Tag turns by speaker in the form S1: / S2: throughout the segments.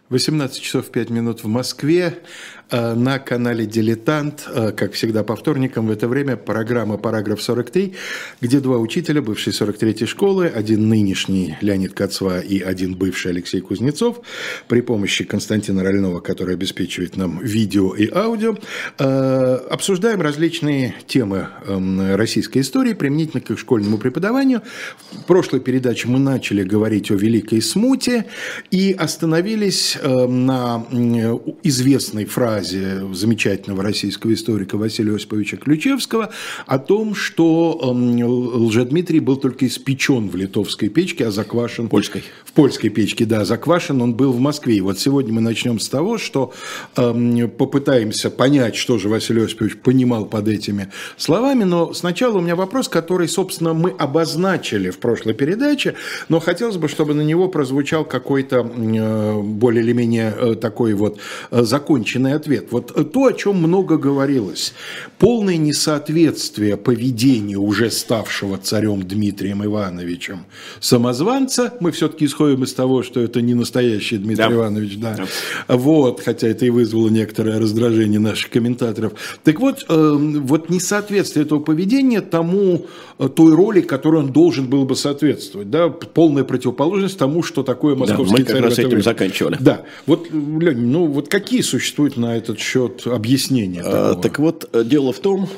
S1: 18 часов 5 минут в Москве, на канале «Дилетант», как всегда по вторникам в это время, программа «Параграф 43», где два учителя бывшей 43-й школы, один нынешний Леонид Кацва и один бывший Алексей Кузнецов, при помощи Константина Рольнова, который обеспечивает нам видео и аудио, обсуждаем различные темы российской истории, применительно к их школьному преподаванию. В прошлой передаче мы начали говорить о Великой Смуте и остановились на известной фразе замечательного российского историка Василия Осиповича Ключевского о том, что Лжедмитрий был только испечен в литовской печке, а заквашен... В польской печке, да, заквашен он был в Москве. И вот сегодня мы начнем с того, что попытаемся понять, что же Василий Осипович понимал под этими словами, но сначала у меня вопрос, который, собственно, мы обозначили в прошлой передаче, но хотелось бы, чтобы на него прозвучал какой-то более или менее такой вот законченный ответ. Вот то, о чем много говорилось, полное несоответствие поведению уже ставшего царем Дмитрием Ивановичем самозванца, мы все-таки исходим из того, что это не настоящий Дмитрий Иванович, да. Вот, хотя это и вызвало некоторое раздражение наших комментаторов. Так вот, вот несоответствие этого поведения той роли, которой он должен был бы соответствовать, да, полная противоположность тому, что такое московский царь.
S2: Мы как раз этим заканчивали.
S1: Да, вот, Лёнь, ну вот какие существуют на этот счет объяснения?
S2: Так вот, дело в том,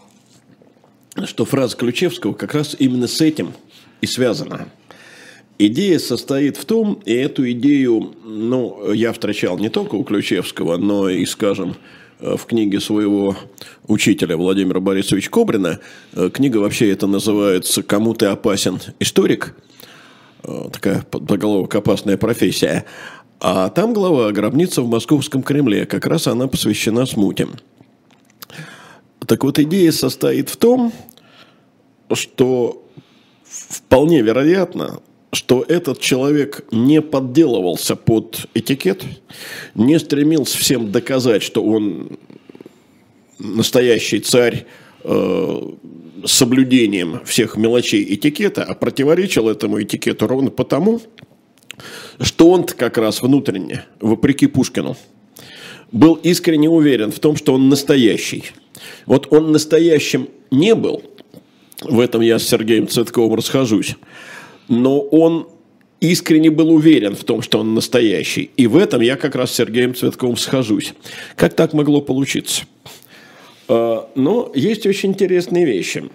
S2: что фраза Ключевского как раз именно с этим и связана. Идея состоит в том, и эту идею, я встречал не только у Ключевского, но и, скажем, в книге своего учителя Владимира Борисовича Кобрина. Книга вообще это называется «Кому ты опасен, историк?» Такая подзаголовок «Опасная профессия». А там глава «Гробница в Московском Кремле». Как раз она посвящена смуте. Так вот, идея состоит в том, что вполне вероятно, что этот человек не подделывался под этикет, не стремился всем доказать, что он настоящий царь с соблюдением всех мелочей этикета, а противоречил этому этикету ровно потому, что он-то как раз внутренне, вопреки Пушкину, был искренне уверен в том, что он настоящий. Вот он настоящим не был, в этом я с Сергеем Цветковым расхожусь, но он искренне был уверен в том, что он настоящий. И в этом я как раз с Сергеем Цветковым схожусь. Как так могло получиться? Но есть очень интересные вещи.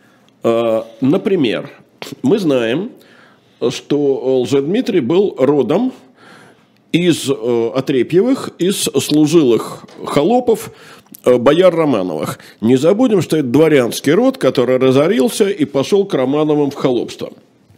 S2: Например, мы знаем, что Лжедмитрий был родом из Отрепьевых, из служилых холопов бояр Романовых. Не забудем, что это дворянский род, который разорился и пошел к Романовым в холопство.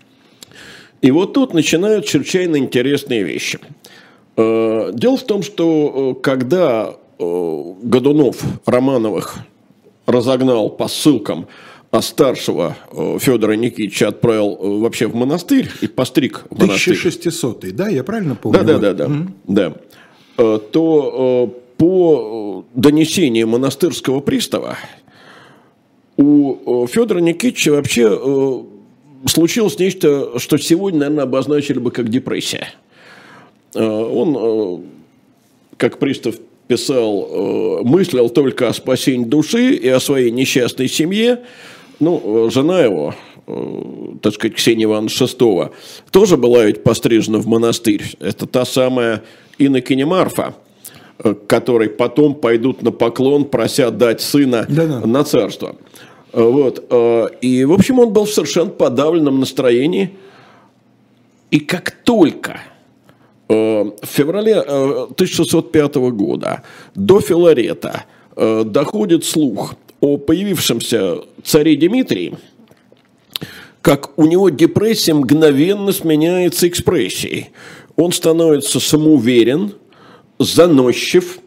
S2: И вот тут начинают чрезвычайно интересные вещи. Дело в том, что когда Годунов Романовых разогнал по ссылкам, а старшего Федора Никитича отправил вообще в монастырь и постриг в монастырь.
S1: 1600-й, да, я правильно помню?
S2: Да. То по донесению монастырского пристава у Федора Никитича вообще случилось нечто, что сегодня, наверное, обозначили бы как депрессия. Он, как пристав писал, мыслил только о спасении души и о своей несчастной семье. Жена его, так сказать, Ксения Ивановна VI, тоже была ведь пострижена в монастырь. Это та самая инокиня Марфа, которой потом пойдут на поклон, прося дать сына на царство. Вот. И, в общем, он был в совершенно подавленном настроении. И как только в феврале 1605 года до Филарета доходит слух о появившемся царе Дмитрии, как у него депрессия мгновенно сменяется экспрессией. Он становится самоуверен, заносчив.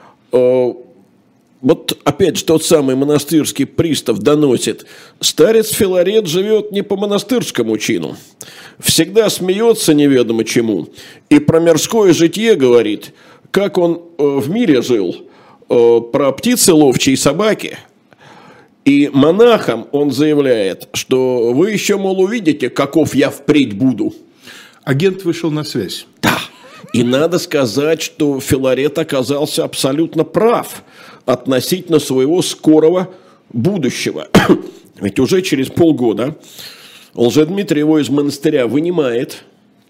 S2: Вот опять же тот самый монастырский пристав доносит: старец Филарет живет не по монастырскому чину, всегда смеется неведомо чему, и про мирское житье говорит, как он в мире жил, про птицы ловчие и собаки. И монахам он заявляет, что вы еще, мол, увидите, каков я впредь буду.
S1: Агент вышел на связь.
S2: Да. И надо сказать, что Филарет оказался абсолютно прав относительно своего скорого будущего. Ведь уже через полгода Лжедмитрий его из монастыря вынимает,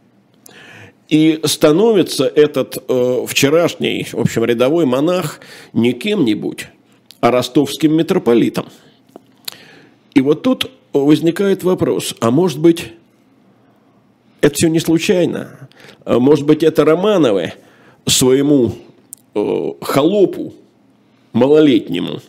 S2: и становится этот вчерашний, в общем, рядовой монах не кем-нибудь, а ростовским митрополитом. И вот тут возникает вопрос, а может быть, это все не случайно? А может быть, это Романовы своему холопу малолетнему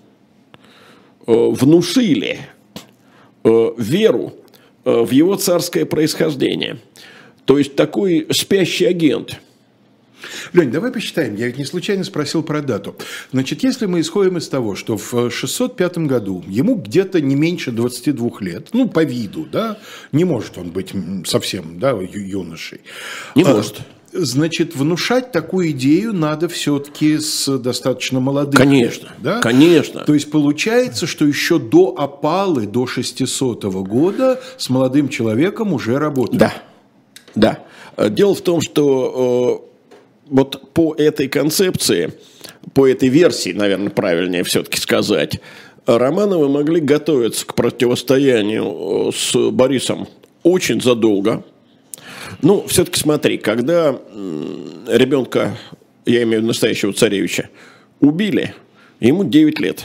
S2: внушили веру в его царское происхождение? То есть такой спящий агент.
S1: Лень, давай посчитаем. Я ведь не случайно спросил про дату. Значит, если мы исходим из того, что в 605 году ему где-то не меньше 22 лет, ну, по виду, да, не может он быть совсем, да, юношей.
S2: Не может.
S1: Значит, внушать такую идею надо все-таки с достаточно молодым.
S2: Конечно,
S1: да?
S2: Конечно.
S1: То есть получается, что еще до опалы, до 600 года с молодым человеком уже работают.
S2: Да, да. Дело в том, что вот по этой концепции, по этой версии, наверное, правильнее все-таки сказать, Романовы могли готовиться к противостоянию с Борисом очень задолго. Ну, все-таки смотри, когда ребенка, я имею в виду настоящего царевича, убили, ему 9 лет.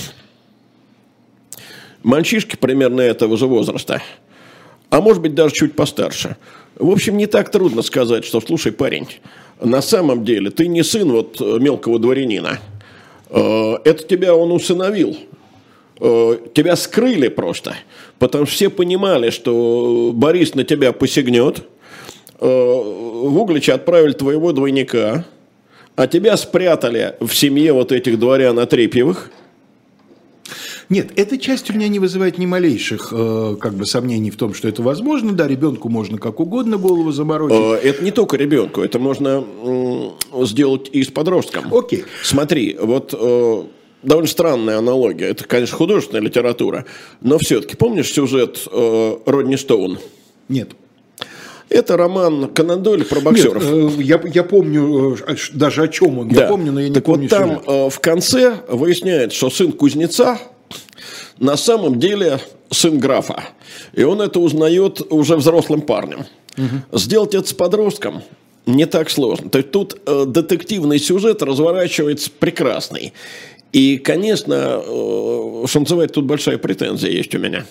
S2: Мальчишки примерно этого же возраста, а может быть даже чуть постарше. В общем, не так трудно сказать, что, слушай, парень, на самом деле ты не сын вот мелкого дворянина. Это тебя он усыновил. Тебя скрыли просто. Потому что все понимали, что Борис на тебя посягнет. В Угличе отправили твоего двойника, а тебя спрятали в семье вот этих дворян Отрепьевых.
S1: Нет, эта часть у меня не вызывает ни малейших как бы сомнений в том, что это возможно. Да, ребенку можно как угодно голову заморочить.
S2: Это не только ребенку, это можно сделать и с подростком.
S1: Окей.
S2: Смотри, вот довольно странная аналогия. Это, конечно, художественная литература, но все-таки помнишь сюжет Родни Стоун?
S1: Нет.
S2: Это роман Конан Дойля про боксеров.
S1: Нет, я помню даже о чем он. Да. Я помню, но я не
S2: так
S1: помню.
S2: Вот там в конце выясняется, что сын кузнеца на самом деле сын графа. И он это узнает уже взрослым парнем. Угу. Сделать это с подростком не так сложно. То есть тут детективный сюжет разворачивается прекрасный. И, конечно, что называется, тут большая претензия есть у меня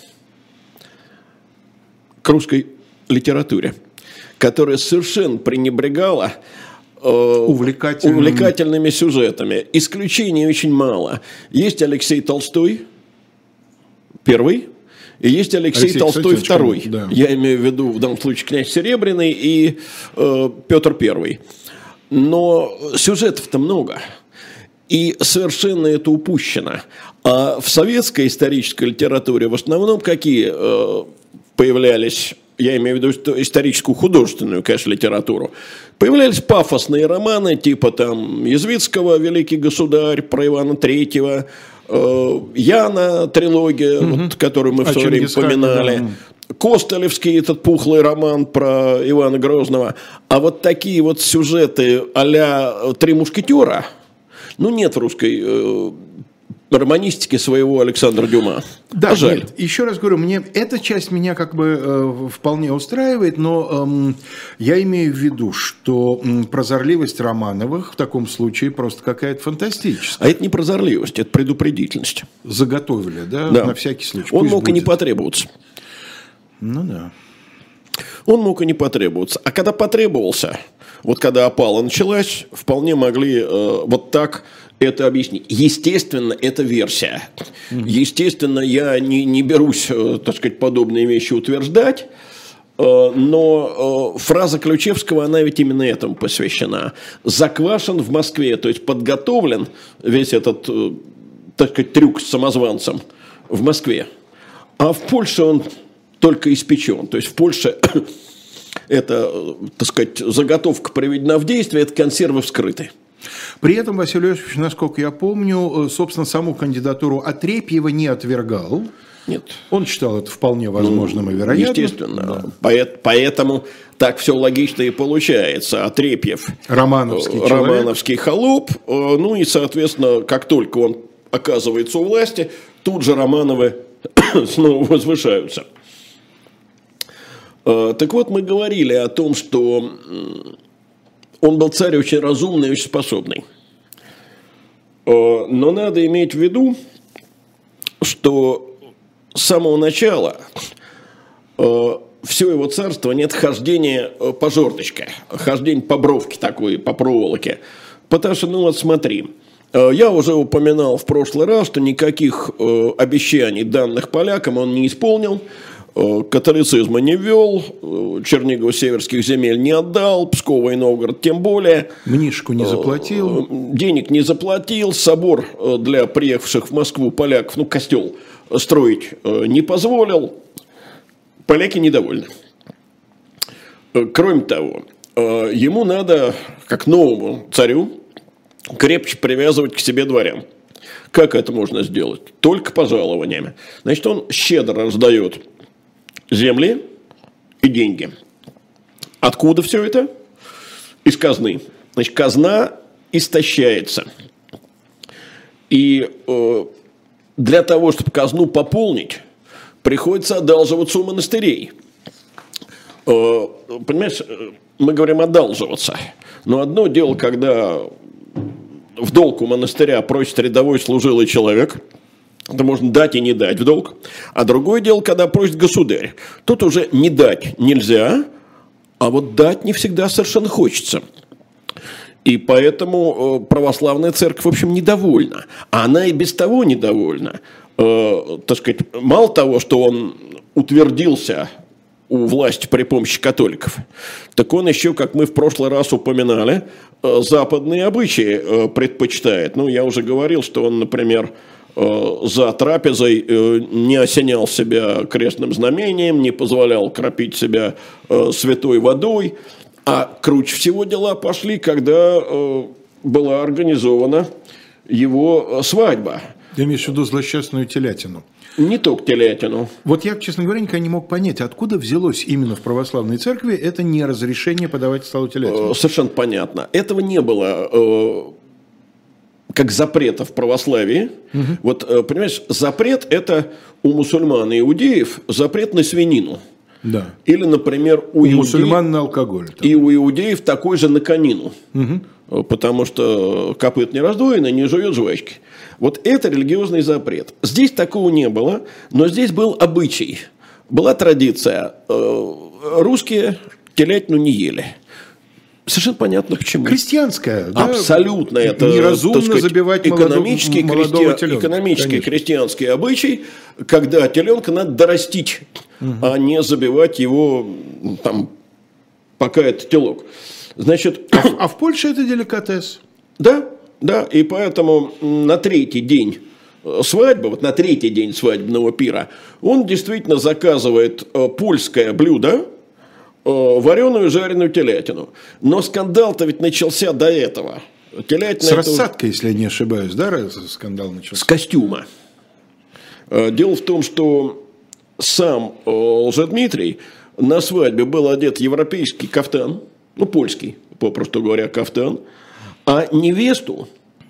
S2: к русской литературе, которая совершенно пренебрегала увлекательными сюжетами. Исключений очень мало. Есть Алексей Толстой, первый, и есть Алексей Толстой, второй. Да. Я имею в виду в данном случае князь Серебряный и Петр Первый. Но сюжетов-то много. И совершенно это упущено. А в советской исторической литературе в основном какие появлялись, я имею в виду историческую художественную, конечно, литературу, появлялись пафосные романы типа там Язвицкого «Великий государь», про Ивана Третьего, Яна трилогия, вот, которую мы в свое время поминали, да. Костылевский этот пухлый роман про Ивана Грозного. А вот такие вот сюжеты а-ля «Три мушкетера», ну, нет в русской романистики своего Александра Дюма.
S1: Да, жаль. Нет, еще раз говорю, эта часть меня как бы вполне устраивает, но я имею в виду, что прозорливость Романовых в таком случае просто какая-то фантастическая.
S2: А это не прозорливость, это предупредительность.
S1: Заготовили, да? Да. На всякий случай.
S2: Он мог и не потребоваться.
S1: Ну да.
S2: Он мог и не потребоваться. А когда потребовался, вот когда опала началась, вполне могли вот так это объяснить. Естественно, это версия. Естественно, я не берусь, так сказать, подобные вещи утверждать, но фраза Ключевского, она ведь именно этому посвящена. Заквашен в Москве, то есть подготовлен весь этот, так сказать, трюк с самозванцем в Москве. А в Польше он только испечен. То есть в Польше это, так сказать, заготовка приведена в действие, это консервы вскрыты.
S1: При этом Василий Иосифович, насколько я помню, собственно, саму кандидатуру Отрепьева не отвергал.
S2: Нет.
S1: Он считал это вполне возможным и вероятным.
S2: Естественно. Да. Поэтому так все логично и получается. Отрепьев Романовский холоп. Ну и, соответственно, как только он оказывается у власти, тут же Романовы снова возвышаются. Так вот, мы говорили о том, что он был царь очень разумный и очень способный. Но надо иметь в виду, что с самого начала все его царство нет хождения по жердочке, хождения по бровке такой, по проволоке. Потому что, ну вот смотри, я уже упоминал в прошлый раз, что никаких обещаний, данных полякам, он не исполнил. Католицизма не ввел, Чернигово-Северских земель не отдал, Пскова и Новгород тем более.
S1: Мнишку не заплатил.
S2: Денег не заплатил, собор для приехавших в Москву поляков, ну, костел строить не позволил. Поляки недовольны. Кроме того, ему надо, как новому царю, крепче привязывать к себе дворян. Как это можно сделать? Только пожалованиями. Значит, он щедро раздает земли и деньги. Откуда все это? Из казны. Значит, казна истощается. И для того, чтобы казну пополнить, приходится одалживаться у монастырей. Понимаешь, мы говорим одалживаться. Но одно дело, когда в долг у монастыря просит рядовой служилый человек, это можно дать и не дать в долг. А другое дело, когда просит государь. Тут уже не дать нельзя, а вот дать не всегда совершенно хочется. И поэтому православная церковь, в общем, недовольна. А она и без того недовольна. Так сказать, мало того, что он утвердился у власти при помощи католиков, так он еще, как мы в прошлый раз упоминали, западные обычаи предпочитает. Ну, я уже говорил, что он, например, за трапезой не осенял себя крестным знамением, не позволял кропить себя святой водой. А круче всего дела пошли, когда была организована его свадьба.
S1: Ты имеешь в виду злосчастную телятину?
S2: Не только телятину.
S1: Вот я, честно говоря, никогда не мог понять, откуда взялось именно в православной церкви это неразрешение подавать столу телятину.
S2: Совершенно понятно. Этого не было как запрета в православии. Угу. Вот, понимаешь, запрет – это у мусульман и иудеев запрет на свинину.
S1: Да.
S2: Или, например, у
S1: мусульман на алкоголь. Там.
S2: И у иудеев такой же на конину. Угу. Потому что копыт не раздвоено, не жует жвачки. Вот это религиозный запрет. Здесь такого не было, но здесь был обычай. Была традиция. Русские телятину не ели. Совершенно понятно почему.
S1: Крестьянская, да?
S2: Абсолютно. Это,
S1: неразумно так сказать, забивать
S2: экономический крестьянский обычай, когда теленка надо дорастить, а не забивать его там, пока это телок. Значит,
S1: а в Польше это деликатес?
S2: Да, да. И поэтому на третий день свадьбы, вот на третий день свадебного пира, он действительно заказывает польское блюдо, вареную жареную телятину. Но скандал-то ведь начался до этого.
S1: С рассадкой, если я не ошибаюсь, да, скандал начался?
S2: С костюма. Дело в том, что сам Лжедмитрий на свадьбе был одет европейский кафтан, ну, польский, попросту говоря, кафтан, а невесту,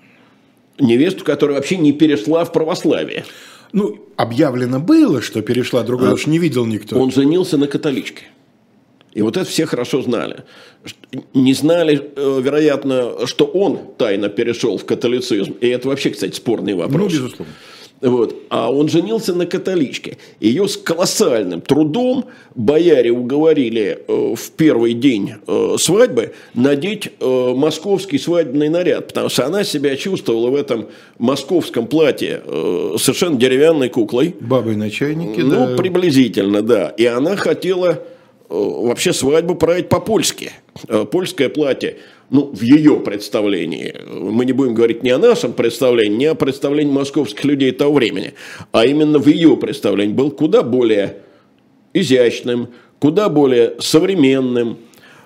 S2: которая вообще не перешла в православие.
S1: Ну, объявлено было, что перешла, другой уж не видел никто.
S2: Он женился на католичке. И вот это все хорошо знали. Не знали, вероятно, что он тайно перешел в католицизм. И это вообще, кстати, спорный вопрос.
S1: Ну, безусловно.
S2: Вот. А он женился на католичке. Ее с колоссальным трудом бояре уговорили в первый день свадьбы надеть московский свадебный наряд. Потому что она себя чувствовала в этом московском платье совершенно деревянной куклой.
S1: Бабой на чайнике,
S2: да.
S1: Ну,
S2: приблизительно, да. И она хотела вообще свадьбу править по-польски. Польское платье, ну, в ее представлении, мы не будем говорить не о нашем представлении, не о представлении московских людей того времени, а именно в ее представлении был куда более изящным, куда более современным.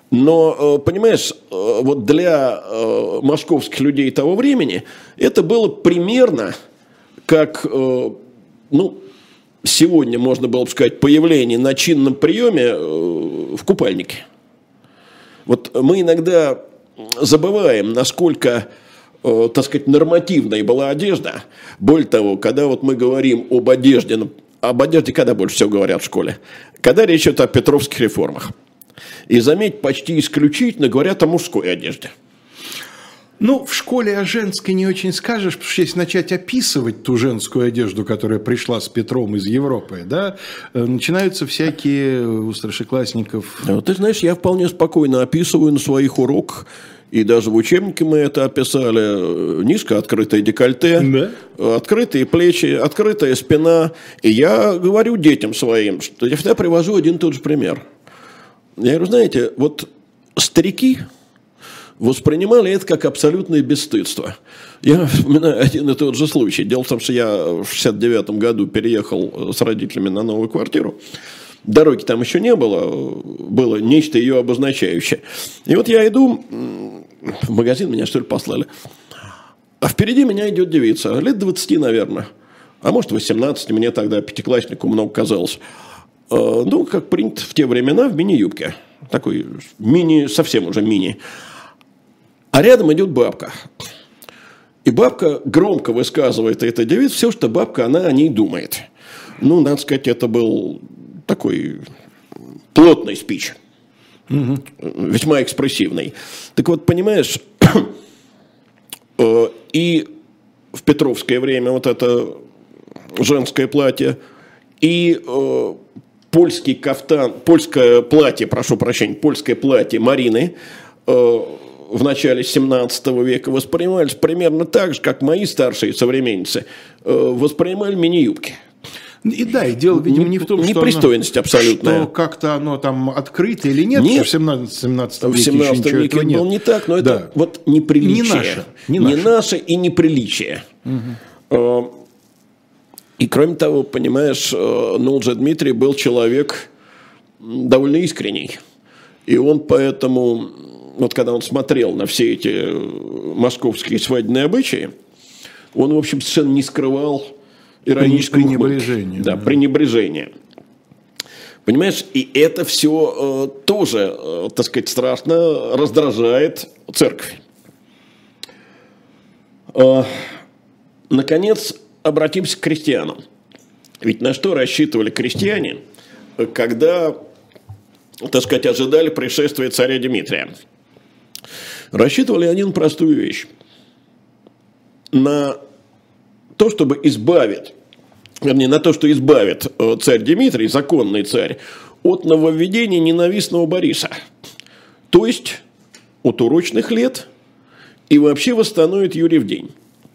S2: Но, понимаешь, вот для московских людей того времени это было примерно как, ну, сегодня можно было бы сказать, появление на чинном приеме в купальнике. Вот мы иногда забываем, насколько, так сказать, нормативной была одежда. Более того, когда вот мы говорим об одежде когда больше всего говорят в школе? Когда речь идет о петровских реформах. И, заметь, почти исключительно говорят о мужской одежде.
S1: Ну, в школе о женской не очень скажешь, потому что если начать описывать ту женскую одежду, которая пришла с Петром из Европы, да, начинаются всякие у старшеклассников...
S2: Ты знаешь, я вполне спокойно описываю на своих уроках, и даже в учебнике мы это описали, низко открытое декольте, да? Открытые плечи, открытая спина. И я говорю детям своим, что я всегда привожу один и тот же пример. Я говорю, знаете, вот старики воспринимали это как абсолютное бесстыдство. Я вспоминаю один и тот же случай. Дело в том, что я в 69 году переехал с родителями на новую квартиру. Дороги там еще не было, было нечто ее обозначающее. И вот я иду, в магазин меня, что ли, послали. А впереди меня идет девица, лет 20, наверное. А может, 18, мне тогда пятикласснику много казалось. Ну, как принято в те времена, в мини-юбке. Такой мини, совсем уже мини. А рядом идет бабка. И бабка громко высказывает этой девице все, что бабка, она о ней думает. Ну, надо сказать, это был такой плотный спич. Весьма экспрессивный. Так вот, понимаешь, и в петровское время вот это женское платье, и польский кафтан, польское платье, прошу прощения, польское платье Марины в начале 17 века воспринимались примерно так же, как мои старшие современницы воспринимали мини-юбки.
S1: И да, и дело, видимо, не в том, что
S2: непристойность абсолютная.
S1: Что как-то оно там открыто или нет.
S2: Нет.
S1: В 17 веке,
S2: в 17 веке было
S1: нет.
S2: не так, но
S1: да.
S2: это вот неприличие. Не наше и неприличие. И кроме того, понимаешь, Лжедмитрий был человек довольно искренний. И он поэтому, вот когда он смотрел на все эти московские свадебные обычаи, он, в общем, совершенно не скрывал иронического
S1: пренебрежения.
S2: Да, пренебрежения. Понимаешь, и это все тоже, так сказать, страшно раздражает церковь. Наконец, обратимся к крестьянам. Ведь на что рассчитывали крестьяне, когда, так сказать, ожидали пришествия царя Дмитрия? Рассчитывали они на простую вещь. На то, чтобы избавить, вернее, на то, что избавит царь Дмитрий, законный царь, от нововведения ненавистного Бориса. То есть от урочных лет и вообще восстановит Юрьев день.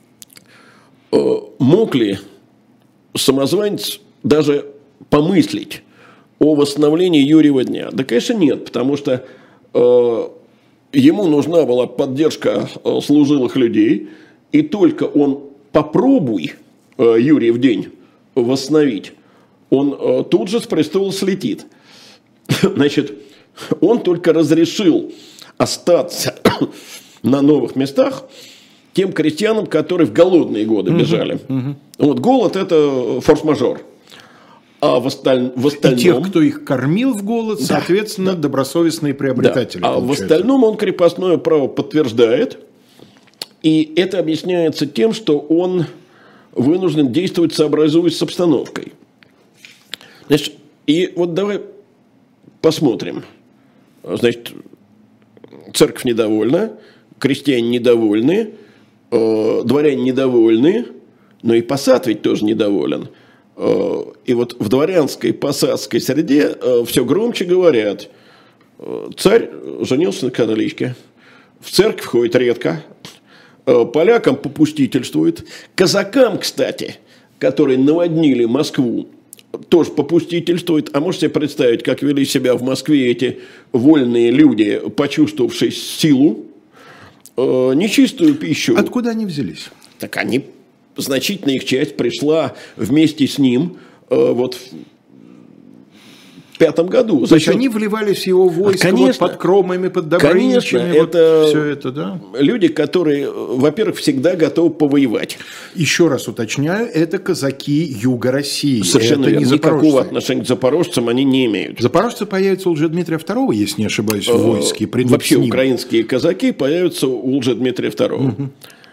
S2: Мог ли самозванец даже помыслить о восстановлении Юрьева дня? Да, конечно, нет, потому что ему нужна была поддержка служилых людей, и только он попробуй Юрьев день восстановить, он тут же с престола слетит. Значит, он только разрешил остаться на новых местах тем крестьянам, которые в голодные годы бежали. Вот голод – это форс-мажор. А в остальном...
S1: И тех, кто их кормил в голод, соответственно, добросовестные приобретатели.
S2: Да. А в остальном он крепостное право подтверждает. И это объясняется тем, что он вынужден действовать, сообразуясь с обстановкой. Значит, и вот давай посмотрим. Значит, церковь недовольна, крестьяне недовольны, дворяне недовольны, но и посад ведь тоже недоволен. И вот в дворянской посадской среде все громче говорят: царь женился на католичке, в церковь ходит редко, полякам попустительствует, казакам, кстати, которые наводнили Москву, тоже попустительствует. А можете себе представить, как вели себя в Москве эти вольные люди, почувствовавшие силу, нечистую пищу.
S1: Откуда они взялись?
S2: Так они, значительная их часть пришла вместе с ним вот в 5 году.
S1: То есть они вливались в его войско вот под Кромами, под Добрыничами,
S2: конечно, это
S1: все это, да?
S2: Люди, которые, во-первых, всегда готовы повоевать.
S1: Еще раз уточняю, это казаки Юга России.
S2: Совершенно
S1: это
S2: верно.
S1: не
S2: Никакого отношения к запорожцам они не имеют.
S1: Запорожцы появятся у Лжедмитрия II, если не ошибаюсь, в войске.
S2: Вообще украинские казаки появятся у Лжедмитрия II.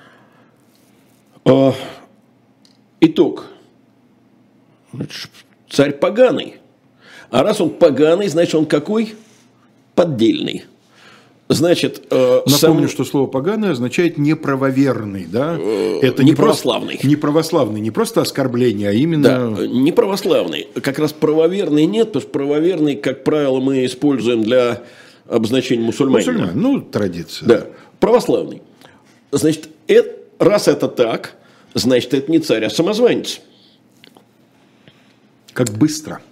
S2: Итог. Царь поганый. А раз он поганый, значит, он какой? Поддельный. Значит,
S1: напомню, что слово «поганый» означает «неправоверный». Да? Это
S2: неправославный.
S1: Не православный, не просто оскорбление, а именно…
S2: Да, неправославный. Как раз правоверный нет, потому что правоверный, как правило, мы используем для обозначения мусульманина.
S1: Ну, традиция.
S2: Да, православный. Значит, раз это так, значит, это не царь, а самозванец.
S1: Как быстро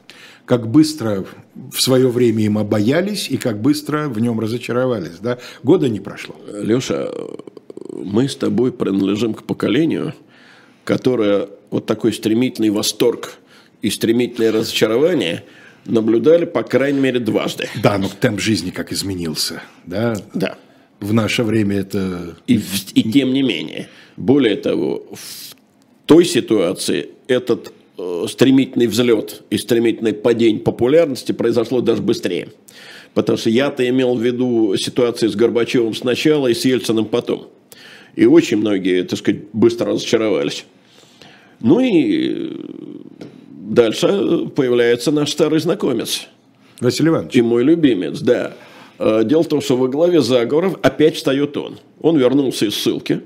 S1: в свое время им обаялись и как быстро в нем разочаровались. Да? Года не прошло.
S2: Леша, мы с тобой принадлежим к поколению, которое вот такой стремительный восторг и стремительное разочарование наблюдали, по крайней мере, дважды.
S1: Да, но темп жизни как изменился. Да.
S2: Да.
S1: В наше время это…
S2: И тем не менее. Более того, в той ситуации этот стремительный взлет и стремительное падение популярности произошло даже быстрее. Потому что я-то имел в виду ситуацию с Горбачевым сначала и с Ельциным потом. И очень многие, так сказать, быстро разочаровались. Ну и дальше появляется наш старый знакомец.
S1: Василий Иванович.
S2: И мой любимец, да. Дело в том, что во главе заговоров опять встает он. Он вернулся из ссылки.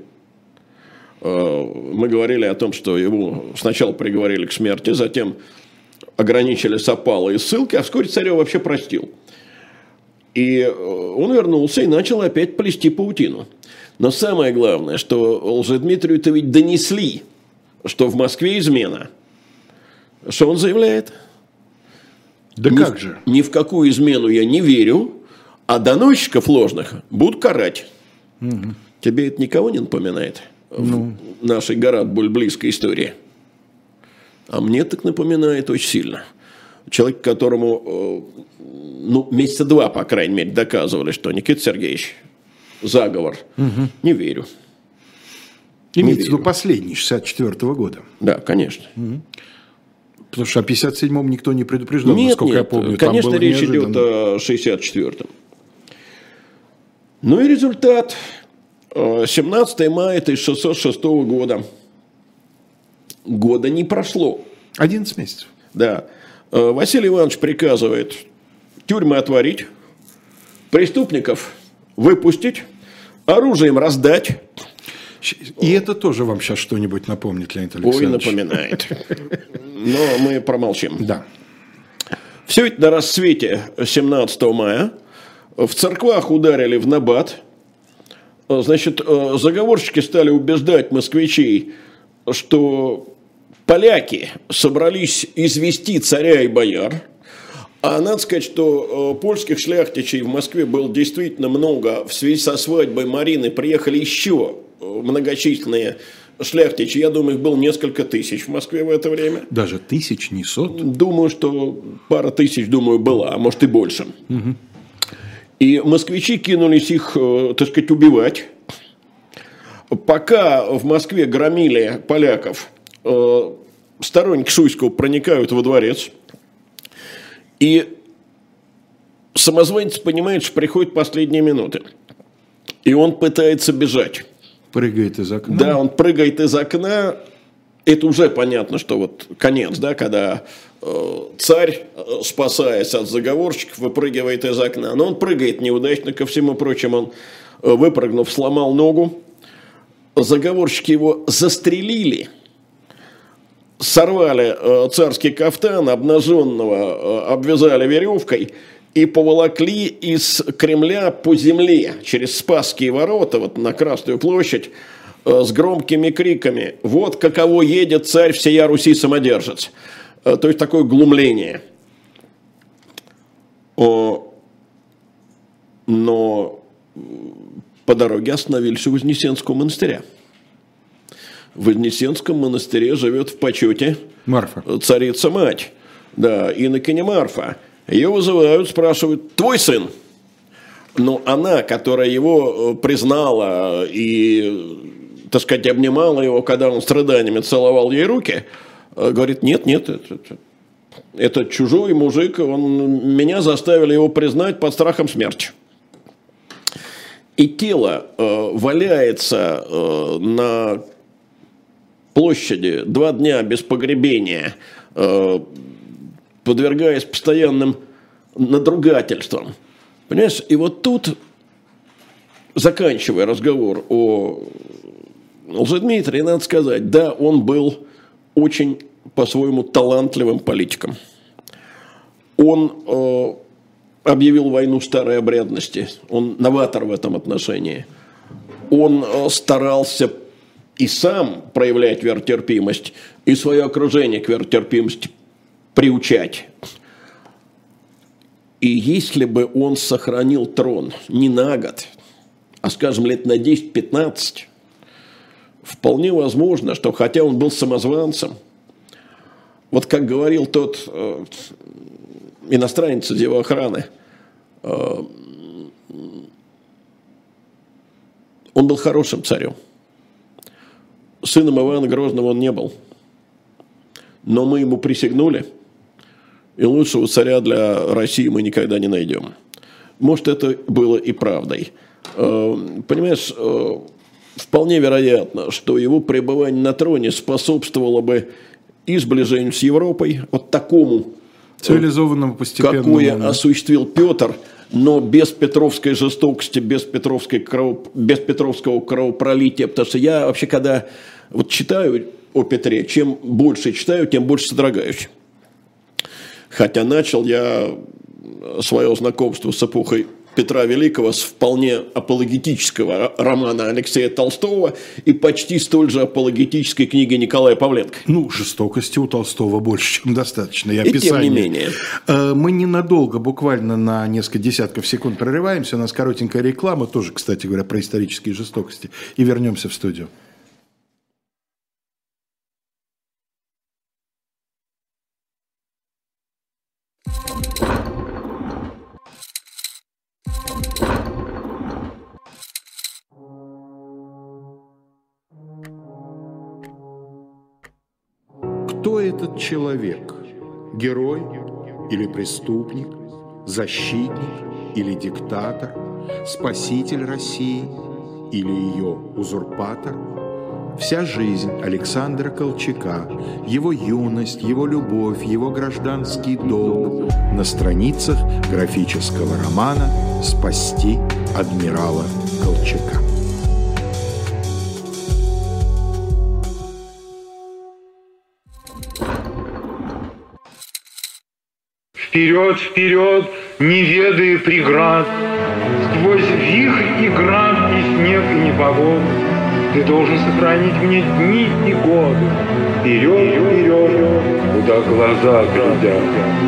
S2: Мы говорили о том, что его сначала приговорили к смерти, затем ограничили с опалой и ссылки, а вскоре царя вообще простил. И он вернулся и начал опять плести паутину. Но самое главное, что Лжедмитрию-то ведь донесли, что в Москве измена. Что он заявляет?
S1: Да как же?
S2: Ни в какую измену я не верю, а доносчиков ложных будут карать.
S1: Угу.
S2: Тебе это никого не напоминает? В нашей гораздо близкой истории. А мне так напоминает очень сильно. Человек, которому месяца 2, по крайней мере, доказывали, что Никита Сергеевич заговор. Угу. Не верю.
S1: Имеется в виду последний, 64-го года.
S2: Да, конечно.
S1: Угу. Потому что о 57-м никто не предупреждал, насколько я помню.
S2: Конечно, речь идет о 64-м. Ну и результат. 17 мая 1606 года. Года не прошло.
S1: 11 месяцев.
S2: Да. Василий Иванович приказывает тюрьмы отворить, преступников выпустить, оружием раздать.
S1: И это тоже вам сейчас что-нибудь напомнит, Леонид Александрович?
S2: Ой, напоминает. Но мы промолчим.
S1: Да.
S2: Все это на рассвете 17 мая. В церквах ударили в набат. Значит, заговорщики стали убеждать москвичей, что поляки собрались извести царя и бояр. А надо сказать, что польских шляхтичей в Москве было действительно много. В связи со свадьбой Марины приехали еще многочисленные шляхтичи. Я думаю, их было несколько тысяч в Москве в это время.
S1: Даже тысяч, не сот?
S2: Думаю, что пара тысяч, была, а может и больше. Угу. И москвичи кинулись их, так сказать, убивать. Пока в Москве громили поляков, сторонники Шуйского проникают во дворец. И самозванец понимает, что приходят последние минуты. И он пытается бежать.
S1: Прыгает из окна?
S2: Да, он прыгает из окна. Это уже понятно, что вот конец, да, когда царь, спасаясь от заговорщиков, выпрыгивает из окна. Но он прыгает неудачно, ко всему прочему, он, выпрыгнув, сломал ногу. Заговорщики его застрелили, сорвали царский кафтан, обнаженного обвязали веревкой и поволокли из Кремля по земле через Спасские ворота, вот на Красную площадь, с громкими криками: «Вот каково едет царь всея Руси самодержец». То есть такое глумление. Но по дороге остановились у Вознесенского монастыря. В Вознесенском монастыре живет в почете
S1: Марфа.
S2: Царица-мать, да, инокиня Марфа. Ее вызывают, спрашивают: твой сын? Но она, которая его признала и, так сказать, обнимала его, когда он с рыданиями целовал ей руки, говорит: нет, это чужой мужик, меня заставили его признать под страхом смерти. И тело валяется на площади 2 дня без погребения, подвергаясь постоянным надругательствам. Понимаешь, и вот тут, заканчивая разговор о Лжедмитрии, надо сказать: да, он был очень по-своему талантливым политиком. Он объявил войну старой обрядности, он новатор в этом отношении. Он старался и сам проявлять веротерпимость, и свое окружение к веротерпимости приучать. И если бы он сохранил трон не на год, а, скажем, лет на 10-15, вполне возможно, что, хотя он был самозванцем, вот как говорил тот иностранец из его охраны, он был хорошим царем. Сыном Ивана Грозного он не был. Но мы ему присягнули, и лучшего царя для России мы никогда не найдем. Может, это было и правдой. Понимаешь, вполне вероятно, что его пребывание на троне способствовало бы и сближению с Европой, вот такому,
S1: цивилизованному постепенному,
S2: какое осуществил Петр, но без петровской жестокости, без петровского кровопролития. Потому что я вообще, когда вот читаю о Петре, чем больше читаю, тем больше содрогаюсь. Хотя начал я свое знакомство с эпохой Петра Великого с вполне апологетического романа Алексея Толстого и почти столь же апологетической книги Николая Павленко.
S1: Ну, жестокости у Толстого больше, чем достаточно.
S2: И тем не менее.
S1: Мы ненадолго, буквально на несколько десятков секунд прерываемся. У нас коротенькая реклама, тоже, кстати говоря, про исторические жестокости. И вернемся в студию. Кто этот человек? Герой или преступник? Защитник или диктатор? Спаситель России или ее узурпатор? Вся жизнь Александра Колчака, его юность, его любовь, его гражданский долг на страницах графического романа «Спасти адмирала Колчака».
S3: Вперед, вперед, не ведая преград, сквозь вихрь и град, и снег, и непогоду, ты должен сохранить мне дни и годы. Вперед, вперед, куда глаза глядят.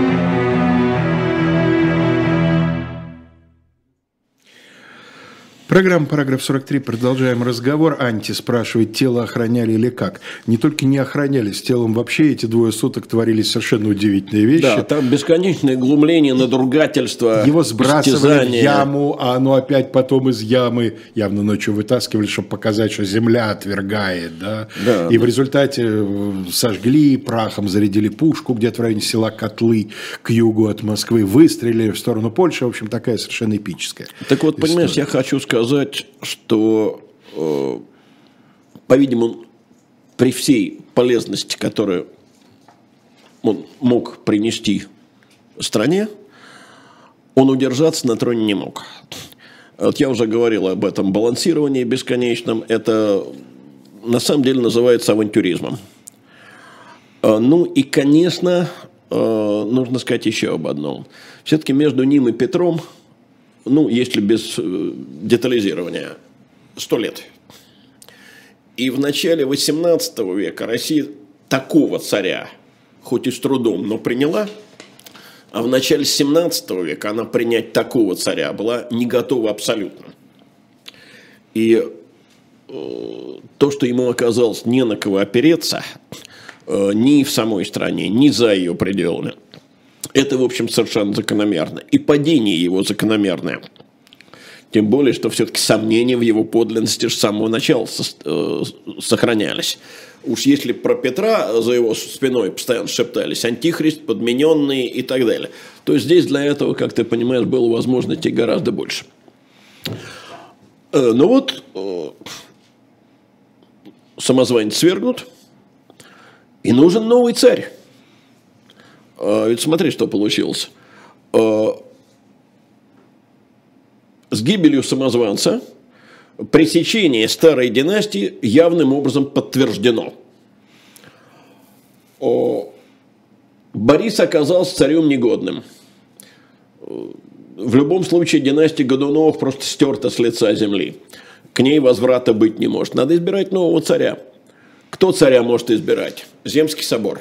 S1: Программа «Параграф 43». Продолжаем разговор. Анти спрашивает, тело охраняли или как? Не только не охраняли, с телом вообще эти 2 суток творились совершенно удивительные вещи.
S2: Да, там бесконечное глумление, надругательство,
S1: его сбрасывали в яму, а оно опять потом из ямы явно ночью вытаскивали, чтобы показать, что земля отвергает. Да?
S2: Да,
S1: и в результате сожгли, прахом зарядили пушку где-то в районе села Котлы к югу от Москвы, выстрелили в сторону Польши. В общем, такая совершенно эпическая
S2: Так вот,
S1: история.
S2: понимаешь, я хочу сказать, что, по-видимому, при всей полезности, которую он мог принести стране, он удержаться на троне не мог. Вот я уже говорил об этом балансировании бесконечном. Это на самом деле называется авантюризмом. Ну и, конечно, нужно сказать еще об одном. Все-таки между ним и Петром, ну, если без детализирования, 100 лет. И в начале XVIII века Россия такого царя, хоть и с трудом, но приняла, а в начале XVII века она принять такого царя была не готова абсолютно. И то, что ему оказалось не на кого опереться, ни в самой стране, ни за ее пределами, Это, в общем, совершенно закономерно. И падение его закономерное. Тем более, что все-таки сомнения в его подлинности с самого начала сохранялись. Уж если про Петра за его спиной постоянно шептались антихрист, подмененный и так далее, то здесь для этого, как ты понимаешь, было возможностей гораздо больше. Ну вот, самозванец свергнут, и нужен новый царь. Ведь смотри, что получилось. С гибелью самозванца пресечение старой династии явным образом подтверждено. Борис оказался царем негодным. В любом случае династия Годуновых просто стерта с лица земли. К ней возврата быть не может. Надо избирать нового царя. Кто царя может избирать? Земский собор.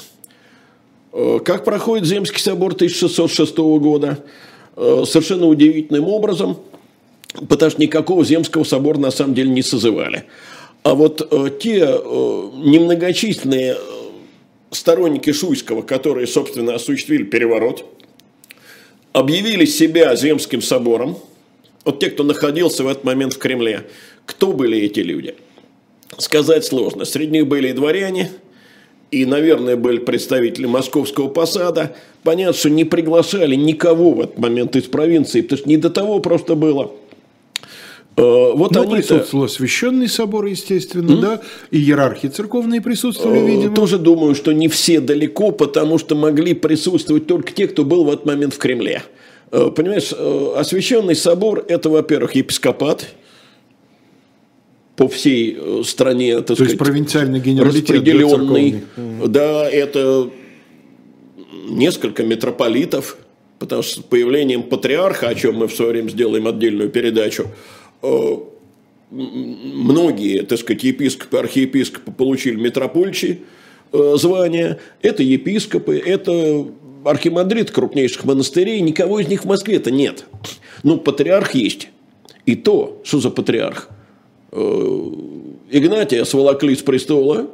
S2: Как проходит Земский собор 1606 года? Совершенно удивительным образом, потому что никакого Земского собора на самом деле не созывали. А вот те немногочисленные сторонники Шуйского, которые, собственно, осуществили переворот, объявили себя Земским собором. Вот те, кто находился в этот момент в Кремле. Кто были эти люди? Сказать сложно. Среди них были и дворяне, и, наверное, были представители Московского посада. Понятно, что не приглашали никого в этот момент из провинции, потому что не до того просто было. Вот
S1: но
S2: они
S1: присутствовал священный собор, естественно, да, и иерархи церковные присутствовали, видимо.
S2: Тоже думаю, что не все далеко, потому что могли присутствовать только те, кто был в этот момент в Кремле. Понимаешь, освященный собор – это, во-первых, епископат по всей стране, так сказать,
S1: есть провинциальный генералитет
S2: распределенный. Да, это несколько митрополитов, потому что с появлением патриарха, о чем мы в свое время сделаем отдельную передачу, многие, так сказать, епископы, архиепископы получили митрополичьи звания. Это епископы, это архимандрит крупнейших монастырей. Никого из них в Москве-то нет. Ну, патриарх есть. И то, что за патриарх? Игнатия сволокли с престола.